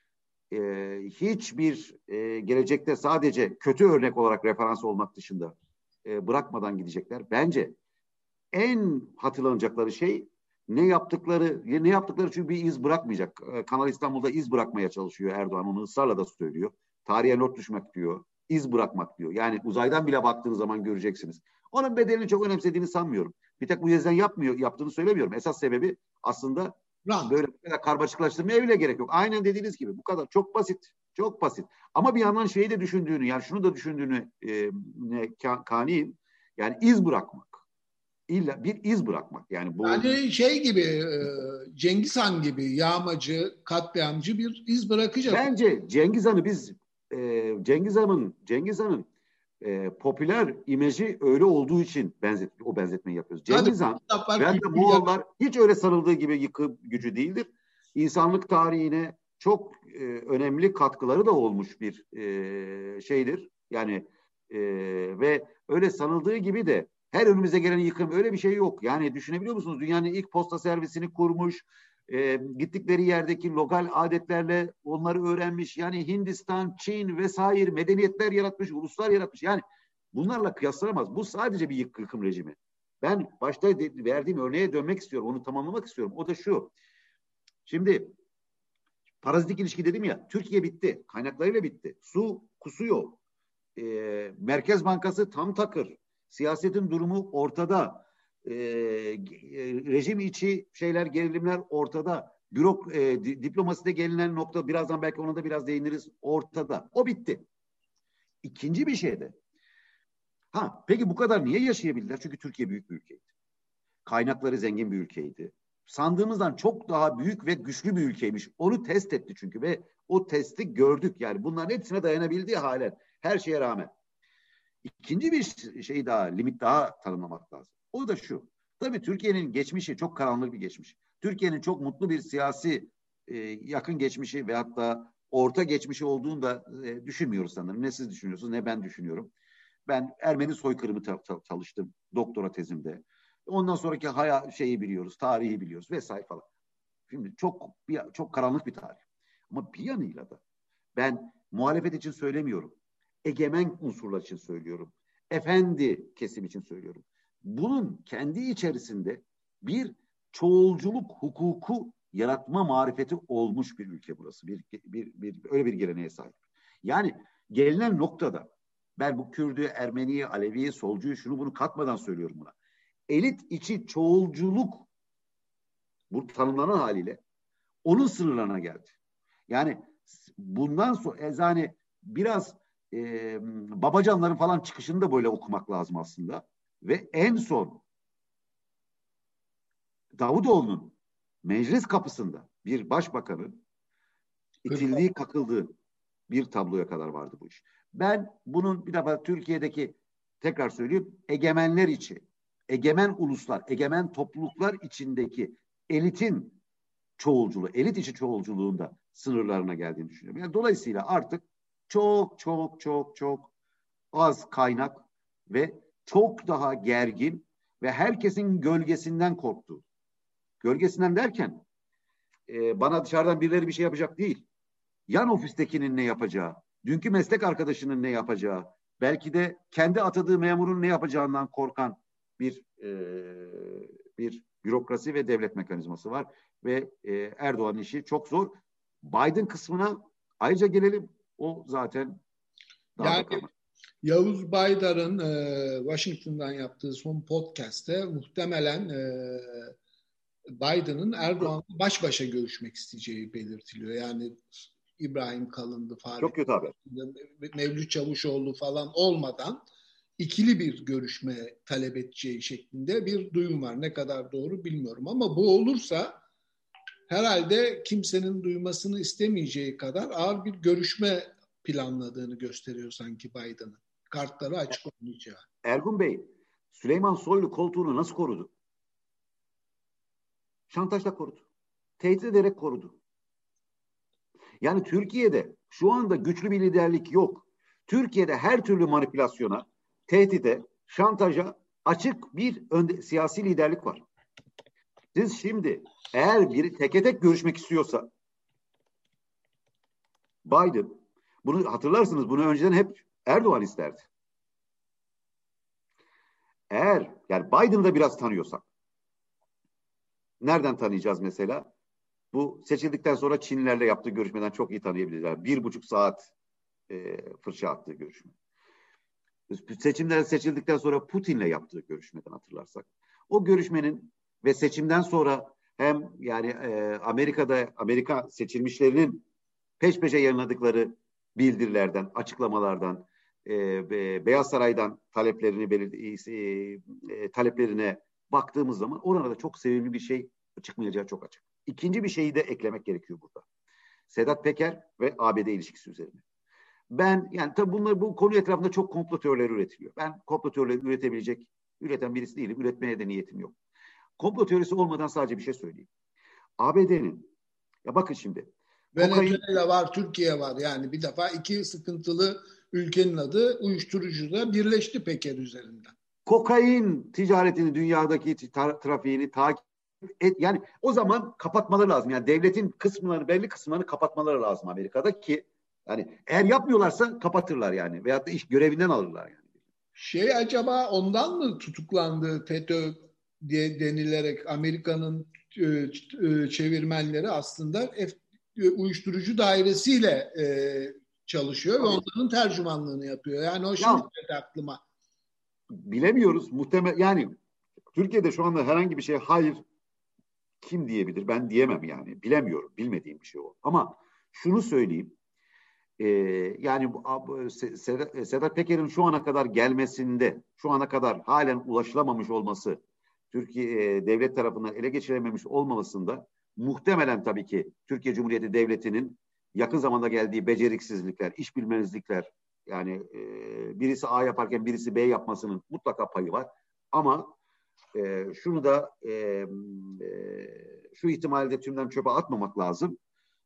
Speaker 3: hiçbir gelecekte sadece kötü örnek olarak referans olmak dışında bırakmadan gidecekler. Bence en hatırlanacakları şey ne yaptıkları çünkü bir iz bırakmayacak. Kanal İstanbul'da iz bırakmaya çalışıyor Erdoğan. Onu ısrarla da söylüyor. Tarihe not düşmek diyor. İz bırakmak diyor. Yani uzaydan bile baktığınız zaman göreceksiniz. Onun bedelini çok önemsediğini sanmıyorum. Bir tek bu yüzden yaptığını söylemiyorum. Esas sebebi aslında böyle karmaşıklaştırmaya bile gerek yok. Aynen dediğiniz gibi bu kadar. Çok basit. Çok basit. Ama bir yandan şeyi de düşündüğünü, yani şunu da düşündüğünü kaniyim. Yani iz bırakmak. İlla bir iz bırakmak. Yani bu
Speaker 2: Yani şey gibi Cengiz Han gibi yağmacı, katliamcı bir iz bırakacak.
Speaker 3: Bence Cengiz Han'ı biz Cengiz Han'ın popüler imajı öyle olduğu için o benzetmeyi yapıyoruz. Cengiz Han ve de Moğollar hiç öyle sarıldığı gibi yıkım gücü değildir. İnsanlık tarihine çok önemli katkıları da olmuş bir şeydir. Yani ve öyle sanıldığı gibi de her önümüze gelen yıkım öyle bir şey yok. Yani düşünebiliyor musunuz? Dünyanın ilk posta servisini kurmuş, gittikleri yerdeki lokal adetlerle onları öğrenmiş. Yani Hindistan, Çin vesaire medeniyetler yaratmış, uluslar yaratmış. Yani bunlarla kıyaslanamaz. Bu sadece bir yıkım rejimi. Ben başta verdiğim örneğe dönmek istiyorum. Onu tamamlamak istiyorum. O da şu. Şimdi parazitik ilişki dedim ya. Türkiye bitti. Kaynaklarıyla bitti. Su kusuyor. Merkez Bankası tam takır. Siyasetin durumu ortada. Rejim içi gerilimler ortada. Diplomaside gelinen nokta, birazdan belki ona da biraz değiniriz, ortada. O bitti. İkinci bir şey de. Peki bu kadar niye yaşayabildiler? Çünkü Türkiye büyük bir ülkeydi. Kaynakları zengin bir ülkeydi. Sandığımızdan çok daha büyük ve güçlü bir ülkeymiş. Onu test etti çünkü ve o testi gördük. Yani bunların hepsine dayanabildiği halen. Her şeye rağmen. İkinci bir limit daha tanımlamak lazım. O da şu. Tabii Türkiye'nin geçmişi çok karanlık bir geçmiş. Türkiye'nin çok mutlu bir siyasi yakın geçmişi ve hatta orta geçmişi olduğunu da düşünmüyoruz sanırım. Ne siz düşünüyorsunuz ne ben düşünüyorum. Ben Ermeni soykırımı çalıştım doktora tezimde. Ondan sonraki biliyoruz, tarihi biliyoruz vesaire falan. Şimdi çok karanlık bir tarih. Ama bir yanıyla da ben muhalefet için söylemiyorum. Egemen unsurlar için söylüyorum. Efendi kesim için söylüyorum. Bunun kendi içerisinde bir çoğulculuk hukuku yaratma marifeti olmuş bir ülke burası. Öyle bir geleneğe sahip. Yani gelinen noktada ben bu Kürdü, Ermeniyi, Aleviyi, solcuyu şunu bunu katmadan söylüyorum buna. Elit içi çoğulculuk bu tanımlanan haliyle onun sınırlarına geldi. Yani bundan sonra biraz Babacanların falan çıkışını da böyle okumak lazım aslında. Ve en son Davutoğlu'nun meclis kapısında bir başbakanın itildiği, kakıldığı bir tabloya kadar vardı bu iş. Ben bunun bir defa Türkiye'deki, tekrar söyleyeyim, egemenler içi, egemen uluslar, egemen topluluklar içindeki elitin çoğulculuğu, elit içi çoğulculuğunda sınırlarına geldiğini düşünüyorum. Yani dolayısıyla artık çok az kaynak ve çok daha gergin ve herkesin gölgesinden korktuğu. Gölgesinden derken bana dışarıdan birileri bir şey yapacak değil. Yan ofistekinin ne yapacağı, dünkü meslek arkadaşının ne yapacağı, belki de kendi atadığı memurun ne yapacağından korkan bir bürokrasi ve devlet mekanizması var. Ve Erdoğan'ın işi çok zor. Biden kısmına ayrıca gelelim. O zaten daha da kalmaz.
Speaker 2: Yavuz Baydar'ın Washington'dan yaptığı son podcast'te muhtemelen Biden'ın Erdoğan'la baş başa görüşmek isteyeceği belirtiliyor. Yani İbrahim Kalın'dı,
Speaker 3: çok kötü haber.
Speaker 2: Mevlüt Çavuşoğlu falan olmadan ikili bir görüşme talep edeceği şeklinde bir duyum var. Ne kadar doğru bilmiyorum ama bu olursa herhalde kimsenin duymasını istemeyeceği kadar ağır bir görüşme planladığını gösteriyor sanki Biden'ın. Kartları açık olmayacağı.
Speaker 3: Ergun Bey, Süleyman Soylu koltuğunu nasıl korudu? Şantajla korudu. Tehdit ederek korudu. Yani Türkiye'de şu anda güçlü bir liderlik yok. Türkiye'de her türlü manipülasyona, tehdide, şantaja açık bir siyasi liderlik var. Siz şimdi eğer biri teke tek görüşmek istiyorsa Biden, bunu hatırlarsınız, bunu önceden hep Erdoğan isterdi. Eğer yani Biden'ı da biraz tanıyorsak, nereden tanıyacağız mesela? Bu seçildikten sonra Çinlilerle yaptığı görüşmeden çok iyi tanıyabiliriz. Yani 1,5 saat fırça attığı görüşme. Seçimler seçildikten sonra Putin'le yaptığı görüşmeden hatırlarsak. O görüşmenin ve seçimden sonra hem yani Amerika seçilmişlerinin peş peşe yayınladıkları bildirilerden, açıklamalardan, Beyaz Saray'dan taleplerine baktığımız zaman orada da çok sevimli bir şey çıkmayacağı çok açık. İkinci bir şeyi de eklemek gerekiyor burada. Sedat Peker ve ABD ilişkisi üzerine. Ben yani tabii bu konu etrafında çok komplo teorileri üretiliyor. Ben komplo teorileri üreten birisi değilim. Üretmeye de niyetim yok. Komplo teorisi olmadan sadece bir şey söyleyeyim. ABD'nin, ya bakın şimdi.
Speaker 2: Venezuela var, Türkiye var. Yani bir defa iki sıkıntılı ülkenin adı uyuşturucuda birleşti Peker üzerinden.
Speaker 3: Kokain ticaretini, dünyadaki trafiğini takip yani o zaman kapatmaları lazım. Yani devletin belli kısımlarını kapatmaları lazım Amerika'da ki yani eğer yapmıyorlarsa kapatırlar yani veyahut da iş görevinden alırlar yani.
Speaker 2: Acaba ondan mı tutuklandı FETÖ diye denilerek Amerika'nın çevirmenleri aslında uyuşturucu dairesiyle çalışıyor ve onların tercümanlığını yapıyor. Yani o şimdi aklıma.
Speaker 3: Bilemiyoruz. Muhtemel yani Türkiye'de şu anda herhangi bir şey hayır kim diyebilir? Ben diyemem yani. Bilemiyorum. Bilmediğim bir şey o. Ama şunu söyleyeyim. Yani Sedat Peker'in şu ana kadar gelmesinde, şu ana kadar halen ulaşılamamış olması, Türkiye devlet tarafından ele geçirememiş olmamasında muhtemelen tabii ki Türkiye Cumhuriyeti Devleti'nin yakın zamanda geldiği beceriksizlikler, iş bilmezlikler, yani birisi A yaparken birisi B yapmasının mutlaka payı var. Ama şunu da şu ihtimali de tümden çöpe atmamak lazım.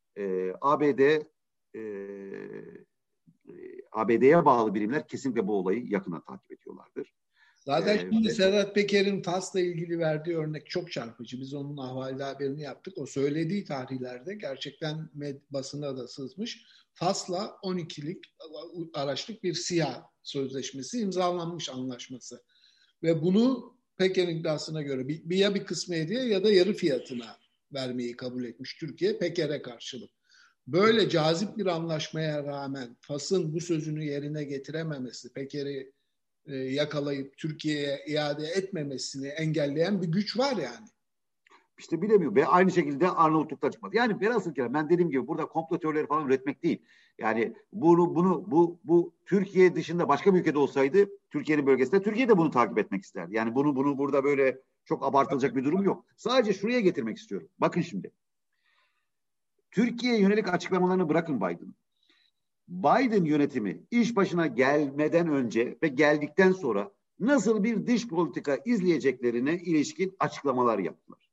Speaker 3: ABD'ye bağlı birimler kesinlikle bu olayı yakından takip ediyorlardır.
Speaker 2: Zaten şimdi Sedat Peker'in Fas'la ilgili verdiği örnek çok çarpıcı. Biz onun ahvalde haberini yaptık. O söylediği tarihlerde gerçekten basına da sızmış. Fas'la 12'lik araçlık bir SİHA sözleşmesi imzalanmış anlaşması. Ve bunu Peker'in iddiasına göre ya bir kısmı hediye ya da yarı fiyatına vermeyi kabul etmiş Türkiye Peker'e karşılık. Böyle cazip bir anlaşmaya rağmen Fas'ın bu sözünü yerine getirememesi, Peker'i yakalayıp Türkiye'ye iade etmemesini engelleyen bir güç var yani.
Speaker 3: İşte bilemiyorum. Ve aynı şekilde Arnavutluk'ta çıkmadı. Yani velhasıl kelam ben dediğim gibi burada komplo teorileri falan üretmek değil. Yani bu Türkiye dışında başka bir ülkede olsaydı Türkiye'nin bölgesinde Türkiye de bunu takip etmek isterdi. Yani bunu burada böyle çok abartılacak bir durum yok. Sadece şuraya getirmek istiyorum. Bakın şimdi. Türkiye'ye yönelik açıklamalarını bırakın Biden'ın. Biden yönetimi iş başına gelmeden önce ve geldikten sonra nasıl bir dış politika izleyeceklerine ilişkin açıklamalar yaptılar.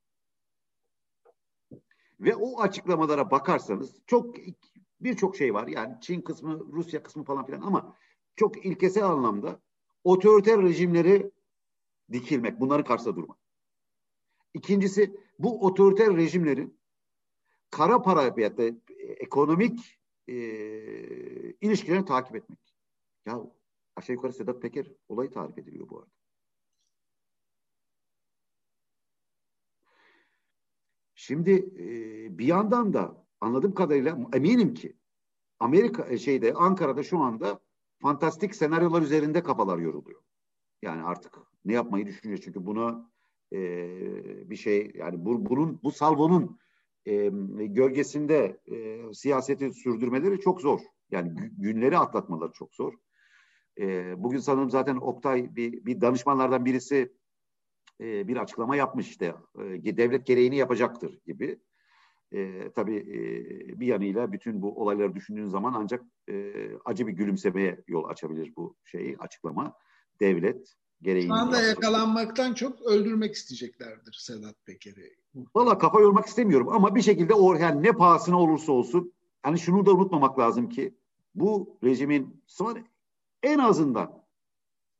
Speaker 3: Ve o açıklamalara bakarsanız birçok şey var. Yani Çin kısmı, Rusya kısmı falan filan ama çok ilkesel anlamda otoriter rejimleri dikilmek, bunların karşısında durmak. İkincisi bu otoriter rejimlerin kara para veyahut da ekonomik ilişkilerini takip etmek. Ya aşağı yukarı Sedat Peker olayı tarif ediliyor bu arada. Şimdi bir yandan da anladığım kadarıyla eminim ki Ankara'da şu anda fantastik senaryolar üzerinde kafalar yoruluyor. Yani artık ne yapmayı düşünüyor çünkü buna bir şey yani bu salvonun gölgesinde siyaseti sürdürmeleri çok zor. Yani günleri atlatmaları çok zor. Bugün sanırım zaten Oktay bir danışmanlardan birisi bir açıklama yapmış işte. Devlet gereğini yapacaktır gibi. Tabii bir yanıyla bütün bu olayları düşündüğün zaman ancak acı bir gülümsemeye yol açabilir bu açıklama. Devlet gereğini
Speaker 2: Şu anda
Speaker 3: yapacaktır.
Speaker 2: yakalanmaktan çok öldürmek isteyeceklerdir Sedat Peker'i.
Speaker 3: Valla kafa yormak istemiyorum ama bir şekilde yani ne pahasına olursa olsun hani şunu da unutmamak lazım ki bu rejimin en azından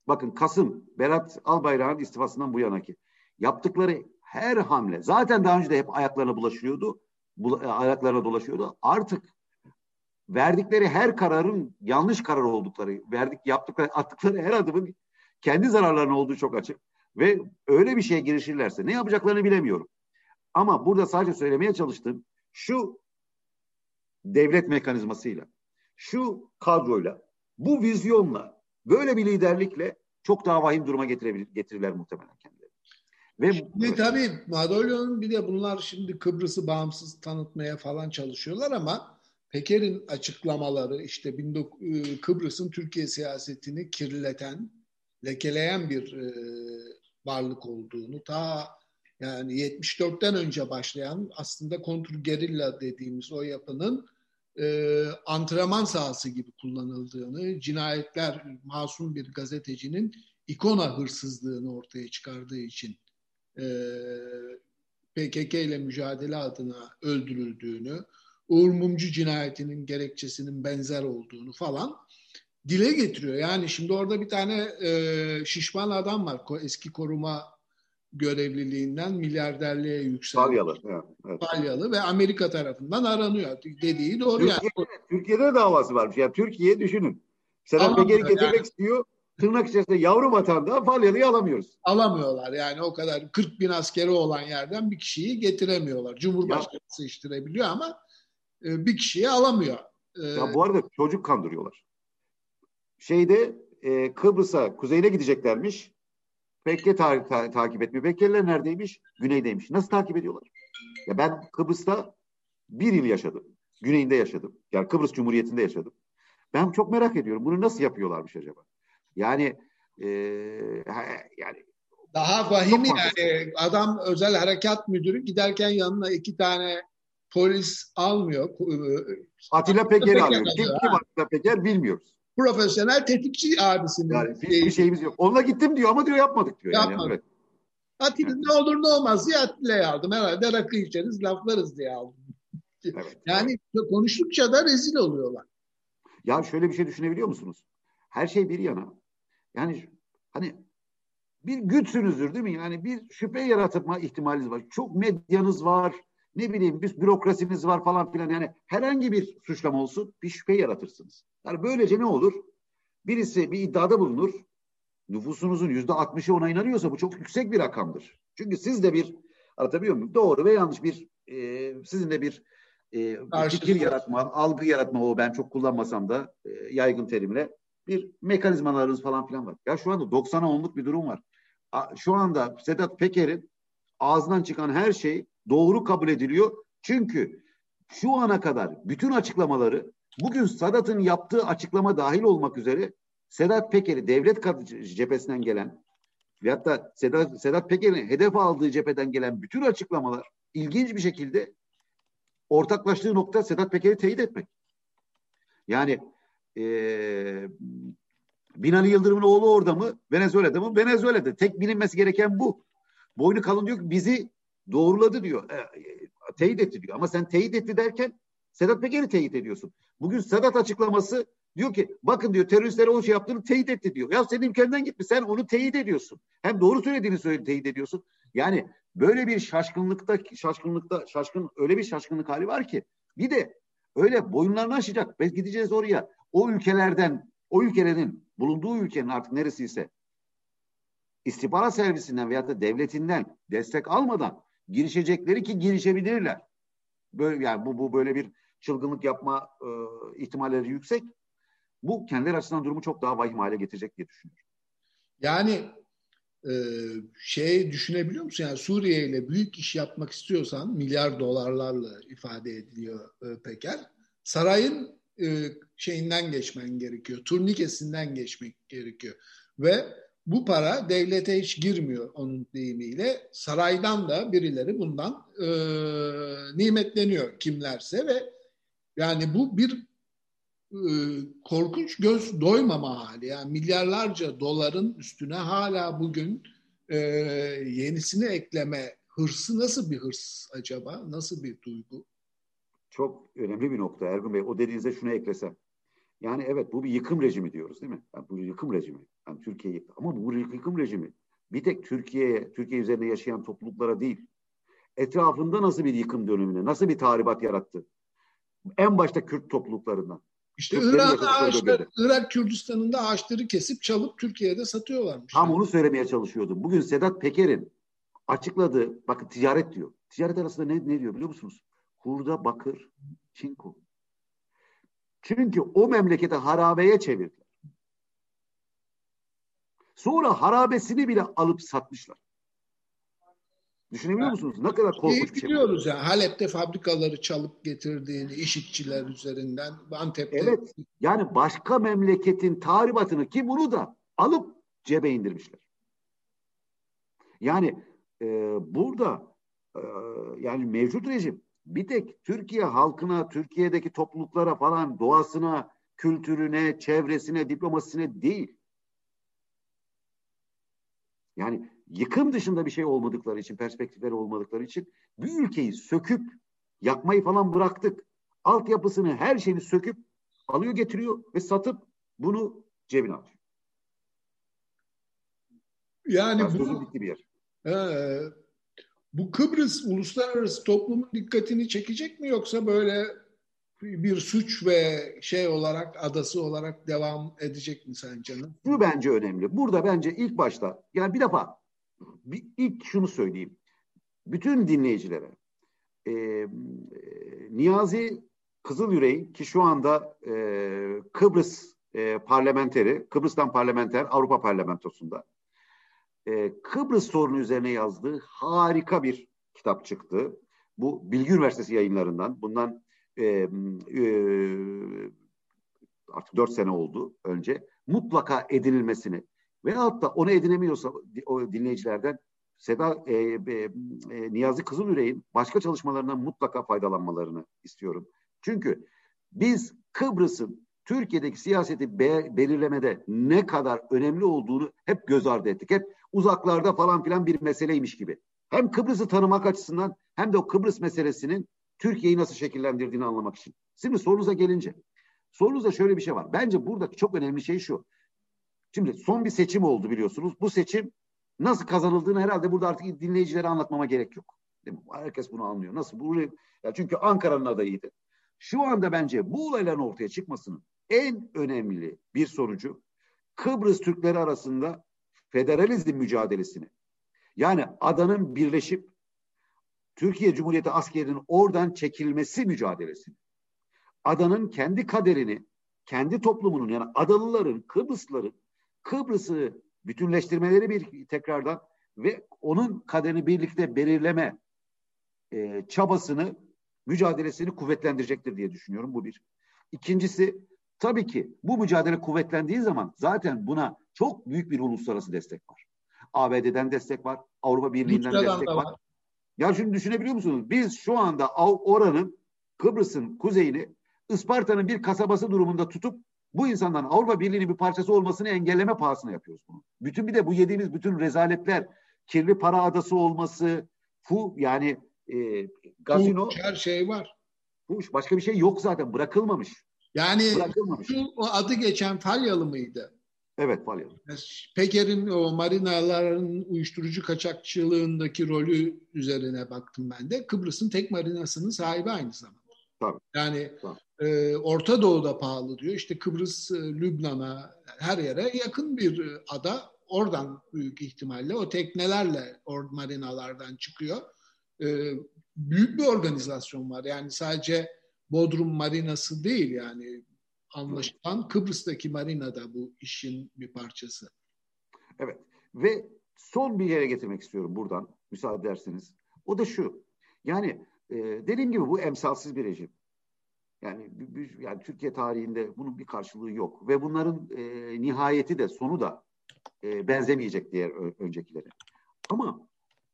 Speaker 3: bakın Kasım, Berat Albayrak'ın istifasından bu yanaki yaptıkları her hamle, zaten daha önce de hep ayaklarına ayaklarına dolaşıyordu. Artık verdikleri her kararın yanlış karar oldukları, attıkları her adımın kendi zararlarına olduğu çok açık. Ve öyle bir şeye girişirlerse ne yapacaklarını bilemiyorum. Ama burada sadece söylemeye çalıştığım şu devlet mekanizmasıyla, şu kadroyla, bu vizyonla, böyle bir liderlikle çok daha vahim duruma getirirler muhtemelen kendileri. Ve
Speaker 2: şimdi tabii Madalyon'un bir de bunlar şimdi Kıbrıs'ı bağımsız tanıtmaya falan çalışıyorlar ama Peker'in açıklamaları işte Kıbrıs'ın Türkiye siyasetini kirleten, lekeleyen bir varlık olduğunu, yani 74'ten önce başlayan aslında kontrgerilla dediğimiz o yapının antrenman sahası gibi kullanıldığını, cinayetler, masum bir gazetecinin ikona hırsızlığını ortaya çıkardığı için PKK ile mücadele adına öldürüldüğünü, Uğur Mumcu cinayetinin gerekçesinin benzer olduğunu falan dile getiriyor. Yani şimdi orada bir tane şişman adam var. Eski koruma görevliliğinden milyarderliğe yükseldi.
Speaker 3: Balyalı. Evet.
Speaker 2: Balyalı ve Amerika tarafından aranıyor. Dediği doğru
Speaker 3: Türkiye'de davası varmış. Yani Türkiye düşünün. Sedat Peker'i getirmek istiyor. Tırnak içerisinde yavru vatanda Balyalı'yı alamıyoruz.
Speaker 2: Alamıyorlar. Yani o kadar 40 bin askeri olan yerden bir kişiyi getiremiyorlar. Cumhurbaşkanı seçtirebiliyor ama bir kişiyi alamıyor.
Speaker 3: Ya bu arada çocuk kandırıyorlar. Kıbrıs'a, kuzeyine gideceklermiş. PKK takip etmiyor. PKK'liler neredeymiş? Güneydeymiş. Nasıl takip ediyorlar? Ya ben Kıbrıs'ta 1 yıl yaşadım. Güneyinde yaşadım. Yani Kıbrıs Cumhuriyeti'nde yaşadım. Ben çok merak ediyorum. Bunu nasıl yapıyorlarmış acaba? Yani
Speaker 2: daha vahimi yani adam özel harekat müdürü giderken yanına 2 tane polis almıyor.
Speaker 3: Atilla Peker'i alıyor. Kim Atilla Peker bilmiyoruz.
Speaker 2: Profesyonel tetikçi abisinin.
Speaker 3: Yani bir şeyimiz yok. Onunla gittim diyor ama diyor yapmadık diyor.
Speaker 2: Yapmadık.
Speaker 3: Yani, evet.
Speaker 2: Atilla ne olur ne olmaz diye Atilla'yı aldım. Herhalde rakı içeriz laflarız diye aldım.
Speaker 3: Evet,
Speaker 2: yani konuştukça da rezil oluyorlar.
Speaker 3: Ya şöyle bir şey düşünebiliyor musunuz? Her şey bir yana. Yani hani bir güçsünüzdür değil mi? Yani bir şüphe yaratma ihtimaliniz var. Çok medyanız var. Ne bileyim bir bürokrasiniz var falan filan. Yani herhangi bir suçlama olsun bir şüphe yaratırsınız. Yani böylece ne olur? Birisi bir iddiada bulunur. Nüfusunuzun %60'ı ona inanıyorsa bu çok yüksek bir rakamdır. Çünkü siz de anlatabiliyor muyum? Doğru ve yanlış sizin de bir fikir yaratma, algı yaratma, o ben çok kullanmasam da yaygın terimle bir mekanizmalarınız falan filan var. Ya şu anda 90'a 10'luk bir durum var. Şu anda Sedat Peker'in ağzından çıkan her şey doğru kabul ediliyor. Çünkü şu ana kadar bütün açıklamaları, bugün Sedat'ın yaptığı açıklama dahil olmak üzere, Sedat Peker'i devlet cephesinden gelen veyahut da Sedat Peker'in hedef aldığı cepheden gelen bütün açıklamalar ilginç bir şekilde ortaklaştığı nokta Sedat Peker'i teyit etmek. Yani Binali Yıldırım'ın oğlu orada mı? Venezuela'da mı? Venezuela'da. Tek bilinmesi gereken bu. Boynu kalın diyor ki bizi doğruladı diyor. Teyit etti diyor. Ama sen teyit etti derken Sedat Peker'i teyit ediyorsun. Bugün Sedat açıklaması diyor ki bakın diyor teröristlere o şey yaptığını teyit etti diyor. Ya senin ülkenden gitmiş. Sen onu teyit ediyorsun. Hem doğru söylediğini teyit ediyorsun. Yani böyle bir şaşkın öyle bir şaşkınlık hali var ki bir de öyle boyunlarını aşacak. Biz gideceğiz oraya. O ülkelerin bulunduğu ülkenin artık neresiyse istihbarat servisinden veyahut da devletinden destek almadan girişecekleri ki girişebilirler. Böyle yani bu böyle bir çılgınlık yapma ihtimalleri yüksek. Bu kendileri açısından durumu çok daha vahim hale getirecek diye düşünüyorum.
Speaker 2: Yani düşünebiliyor musun? Yani Suriye ile büyük iş yapmak istiyorsan milyar dolarlarla ifade ediliyor Peker. Sarayın şeyinden geçmen gerekiyor. Turnikesinden geçmek gerekiyor. Ve bu para devlete hiç girmiyor onun deyimiyle. Saraydan da birileri bundan nimetleniyor kimlerse ve yani bu bir korkunç göz doymama hali. Yani milyarlarca doların üstüne hala bugün yenisini ekleme hırsı nasıl bir hırs acaba? Nasıl bir duygu?
Speaker 3: Çok önemli bir nokta Ergun Bey. O dediğinize şunu eklesem. Yani evet, bu bir yıkım rejimi diyoruz değil mi? Yani bu yıkım rejimi. Yani Türkiye yıktı. Ama bu yıkım rejimi bir tek Türkiye üzerinde yaşayan topluluklara değil, etrafında nasıl bir yıkım dönemine, nasıl bir tahribat yarattı? En başta Kürt topluluklarından.
Speaker 2: İşte
Speaker 3: Kürtlerin yaşadıkları bölgede.
Speaker 2: Irak Kürdistan'ında ağaçları kesip çalıp Türkiye'de satıyorlarmış.
Speaker 3: Tam
Speaker 2: Yani.
Speaker 3: onu söylemeye çalışıyordum. Bugün Sedat Peker'in açıkladığı, bakın ticaret diyor. Ticaret arasında ne diyor biliyor musunuz? Hurda, bakır, çinko. Çünkü o memleketi harabeye çevirdiler. Sonra harabesini bile alıp satmışlar. Düşünebiliyor musunuz? Ne kadar korkunç bir şey.
Speaker 2: Biliyoruz yani Halep'te fabrikaları çalıp getirdiğini işçiler üzerinden, Antep'te.
Speaker 3: Evet. Yani başka memleketin tahribatını, ki bunu da alıp cebe indirmişler. Yani burada yani mevcut rejim bir tek Türkiye halkına, Türkiye'deki topluluklara falan, doğasına, kültürüne, çevresine, diplomasisine değil. Yani yıkım dışında bir şey olmadıkları için, perspektifleri olmadıkları için bir ülkeyi söküp yapmayı falan bıraktık. Altyapısını, her şeyini söküp alıyor getiriyor ve satıp bunu cebine atıyor.
Speaker 2: Yani
Speaker 3: sözü bitti bir yer.
Speaker 2: Bu Kıbrıs uluslararası toplumun dikkatini çekecek mi, yoksa böyle bir suç ve şey olarak, adası olarak devam edecek mi sence?
Speaker 3: Bu bence önemli. Burada bence ilk başta, yani bir defa ilk şunu söyleyeyim. Bütün dinleyicilere Niyazi Kızılyürek, ki şu anda Kıbrıs parlamenteri, Kıbrıs'tan parlamenter Avrupa Parlamentosu'nda Kıbrıs sorunu üzerine yazdığı harika bir kitap çıktı. Bu Bilgi Üniversitesi yayınlarından. Bundan artık 4 sene oldu önce. Mutlaka edinilmesini veyahut da onu edinemiyorsa o dinleyicilerden Niyazi Kızılyürek'in başka çalışmalarından mutlaka faydalanmalarını istiyorum. Çünkü biz Kıbrıs'ın Türkiye'deki siyaseti belirlemede ne kadar önemli olduğunu hep göz ardı ettik. Hep uzaklarda falan filan bir meseleymiş gibi. Hem Kıbrıs'ı tanımak açısından hem de o Kıbrıs meselesinin Türkiye'yi nasıl şekillendirdiğini anlamak için. Şimdi sorunuza gelince. Sorunuzda şöyle bir şey var. Bence buradaki çok önemli şey şu. Şimdi son bir seçim oldu biliyorsunuz. Bu seçim nasıl kazanıldığını herhalde burada artık dinleyicilere anlatmama gerek yok. Değil mi? Herkes bunu anlıyor. Nasıl? Çünkü Ankara'nın adayıydı. Şu anda bence bu olayların ortaya çıkmasının en önemli bir sonucu Kıbrıs Türkleri arasında federalizm mücadelesini, yani adanın birleşip Türkiye Cumhuriyeti askerinin oradan çekilmesi mücadelesini, adanın kendi kaderini, kendi toplumunun, yani adalıların, Kıbrıslıların Kıbrıs'ı bütünleştirmeleri bir tekrardan ve onun kaderini birlikte belirleme çabasını, mücadelesini kuvvetlendirecektir diye düşünüyorum. Bu bir. İkincisi, tabii ki bu mücadele kuvvetlendiği zaman zaten buna çok büyük bir uluslararası destek var. ABD'den destek var, Avrupa Birliği'nden destek var. Ya şimdi düşünebiliyor musunuz? Biz şu anda oranın, Kıbrıs'ın kuzeyini Isparta'nın bir kasabası durumunda tutup bu insanların Avrupa Birliği'nin bir parçası olmasını engelleme pahasına yapıyoruz bunu. Bir de bu yediğimiz bütün rezaletler, kirli para adası olması, yani gazino,
Speaker 2: her şey var.
Speaker 3: Başka bir şey yok zaten, bırakılmamış.
Speaker 2: Yani o adı geçen Falyalı mıydı?
Speaker 3: Evet, Falyalı.
Speaker 2: Peker'in o marinaların uyuşturucu kaçakçılığındaki rolü üzerine baktım ben de. Kıbrıs'ın tek marinasının sahibi aynı zamanda.
Speaker 3: Tabii.
Speaker 2: Yani Orta Doğu'da pahalı diyor. İşte Kıbrıs, Lübnan'a, her yere yakın bir ada. Oradan büyük ihtimalle o teknelerle marinalardan çıkıyor. Büyük bir organizasyon var. Yani sadece Bodrum Marinası değil, yani anlaşılan Kıbrıs'taki marina da bu işin bir parçası.
Speaker 3: Evet. Ve son bir yere getirmek istiyorum buradan, müsaade ederseniz. O da şu. Yani dediğim gibi bu emsalsiz bir rejim. Yani Türkiye tarihinde bunun bir karşılığı yok. Ve bunların nihayeti de, sonu da benzemeyecek diğer öncekilere. Ama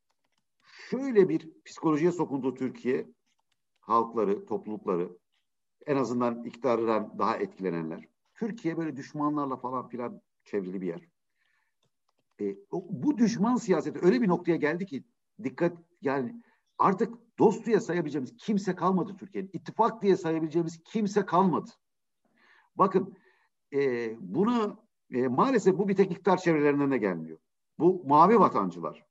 Speaker 3: şöyle bir psikolojiye sokuldu Türkiye halkları, toplulukları, en azından iktidardan daha etkilenenler. Türkiye böyle düşmanlarla falan filan çevrili bir yer. Bu düşman siyaseti öyle bir noktaya geldi ki yani artık dost diye sayabileceğimiz kimse kalmadı Türkiye'nin. İttifak diye sayabileceğimiz kimse kalmadı. Bakın buna maalesef bu bir tek iktidar çevrelerinden de gelmiyor. Bu mavi vatancılar.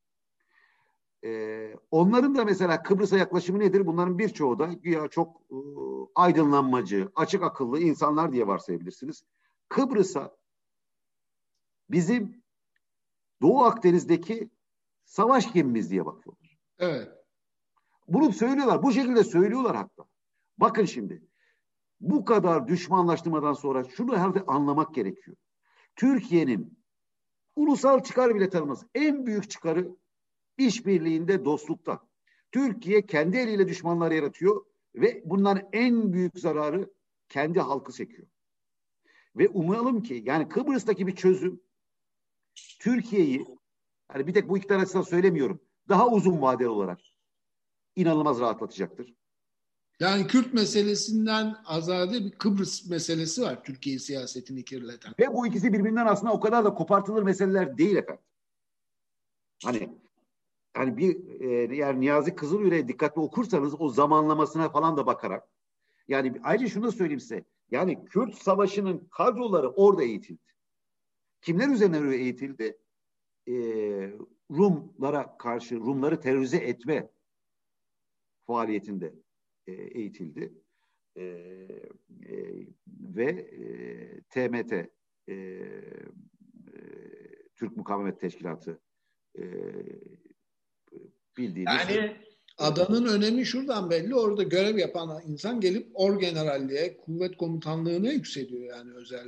Speaker 3: Onların da mesela Kıbrıs'a yaklaşımı nedir? Bunların birçoğu da güya çok aydınlanmacı, açık akıllı insanlar diye varsayabilirsiniz. Kıbrıs'a bizim Doğu Akdeniz'deki savaş gemimiz diye bakıyorlar.
Speaker 2: Evet.
Speaker 3: Bunu söylüyorlar. Bu şekilde söylüyorlar hatta. Bakın şimdi. Bu kadar düşmanlaştırmadan sonra şunu herhalde anlamak gerekiyor. Türkiye'nin ulusal çıkar bile tanımaz. En büyük çıkarı işbirliğinde, dostlukta. Türkiye kendi eliyle düşmanlar yaratıyor ve bunların en büyük zararı kendi halkı çekiyor. Ve umalım ki yani Kıbrıs'taki bir çözüm Türkiye'yi, yani bir tek bu iktidar açısından söylemiyorum, daha uzun vadeli olarak inanılmaz rahatlatacaktır.
Speaker 2: Yani Kürt meselesinden azade bir Kıbrıs meselesi var Türkiye siyasetini kirleten.
Speaker 3: Ve bu ikisi birbirinden aslında o kadar da kopartılır meseleler değil efendim. Hani bir eğer Niyazi Kızılyürek'e dikkatli okursanız o zamanlamasına falan da bakarak, yani ayrıca şunu da söyleyeyim size, yani Kürt Savaşı'nın kadroları orada eğitildi. Kimler üzerine eğitildi? Rumlara karşı, Rumları terörize etme faaliyetinde eğitildi. Ve TMT, Türk Mukavemet Teşkilatı, bildiğiniz.
Speaker 2: Yani adanın önemi şuradan belli. Orada görev yapan insan gelip orgeneralliğe, kuvvet komutanlığına yükseliyor yani özel.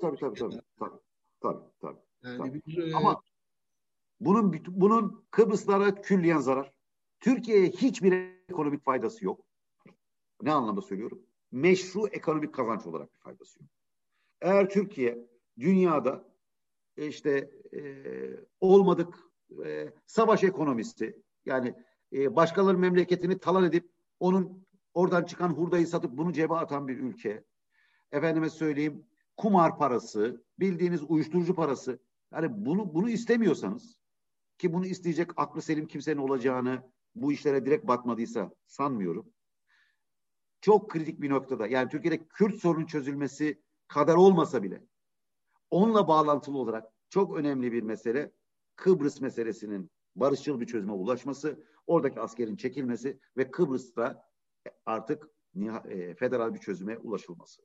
Speaker 3: Tabii.
Speaker 2: Yani
Speaker 3: ama bunun Kıbrıslara külliyen zarar. Türkiye'ye hiçbir ekonomik faydası yok. Ne anlamda söylüyorum? Meşru ekonomik kazanç olarak bir faydası yok. Eğer Türkiye dünyada olmadık savaş ekonomisi, yani başkalarının memleketini talan edip onun oradan çıkan hurdayı satıp bunu cebe atan bir ülke, efendime söyleyeyim kumar parası, bildiğiniz uyuşturucu parası, yani bunu istemiyorsanız, ki bunu isteyecek aklı selim kimsenin olacağını bu işlere direkt batmadıysa sanmıyorum. Çok kritik bir noktada, yani Türkiye'de Kürt sorunun çözülmesi kadar olmasa bile onunla bağlantılı olarak çok önemli bir mesele Kıbrıs meselesinin barışçıl bir çözüme ulaşması, oradaki askerin çekilmesi ve Kıbrıs'ta artık federal bir çözüme ulaşılması.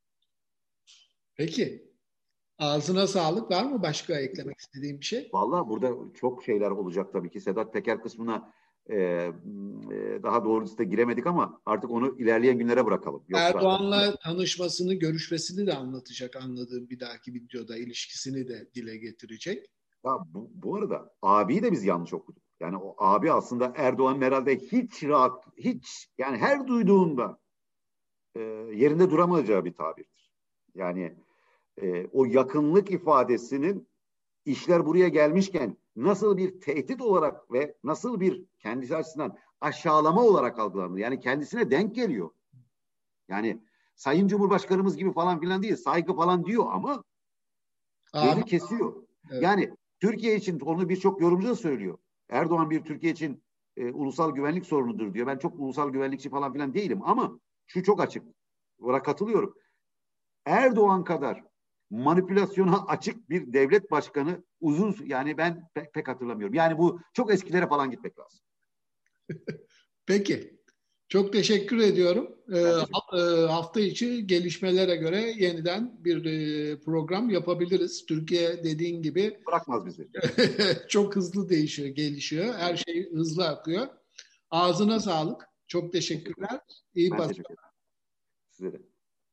Speaker 2: Peki. Ağzına sağlık. Var mı başka eklemek istediğim bir şey?
Speaker 3: Vallahi burada çok şeyler olacak tabii ki. Sedat Peker kısmına daha doğrusu da giremedik ama artık onu ilerleyen günlere bırakalım. Yoksa
Speaker 2: Erdoğan'la tanışmasını, görüşmesini de anlatacak anladığım bir dahaki videoda. İlişkisini de dile getirecek.
Speaker 3: Ya bu arada abiyi de biz yanlış okuduk. Yani o abi aslında Erdoğan'ın herhalde hiç yani her duyduğunda yerinde duramayacağı bir tabirdir. Yani o yakınlık ifadesinin işler buraya gelmişken nasıl bir tehdit olarak ve nasıl bir kendisi açısından aşağılama olarak algılanır. Yani kendisine denk geliyor. Yani Sayın Cumhurbaşkanımız gibi falan filan değil, saygı falan diyor ama gözü kesiyor. Evet. Yani Türkiye için, onu birçok yorumcu da söylüyor. Erdoğan bir Türkiye için ulusal güvenlik sorunudur diyor. Ben çok ulusal güvenlikçi falan filan değilim ama şu çok açık. Buna katılıyorum. Erdoğan kadar manipülasyona açık bir devlet başkanı yani ben pek hatırlamıyorum. Yani bu çok eskilere falan gitmek lazım.
Speaker 2: Peki. Çok teşekkür ediyorum. Hafta içi gelişmelere göre yeniden bir program yapabiliriz. Türkiye dediğin gibi
Speaker 3: bırakmaz bizi.
Speaker 2: çok hızlı değişiyor, gelişiyor. Her şey hızlı akıyor. Ağzına sağlık. Çok teşekkürler. İyi
Speaker 3: ben teşekkür ederim. Size de.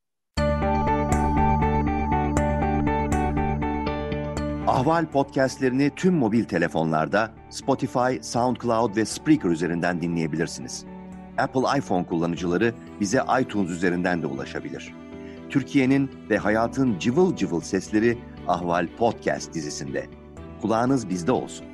Speaker 1: Ahval podcastlerini tüm mobil telefonlarda Spotify, SoundCloud ve Spreaker üzerinden dinleyebilirsiniz. Apple iPhone kullanıcıları bize iTunes üzerinden de ulaşabilir. Türkiye'nin ve hayatın cıvıl cıvıl sesleri Ahval Podcast dizisinde. Kulağınız bizde olsun.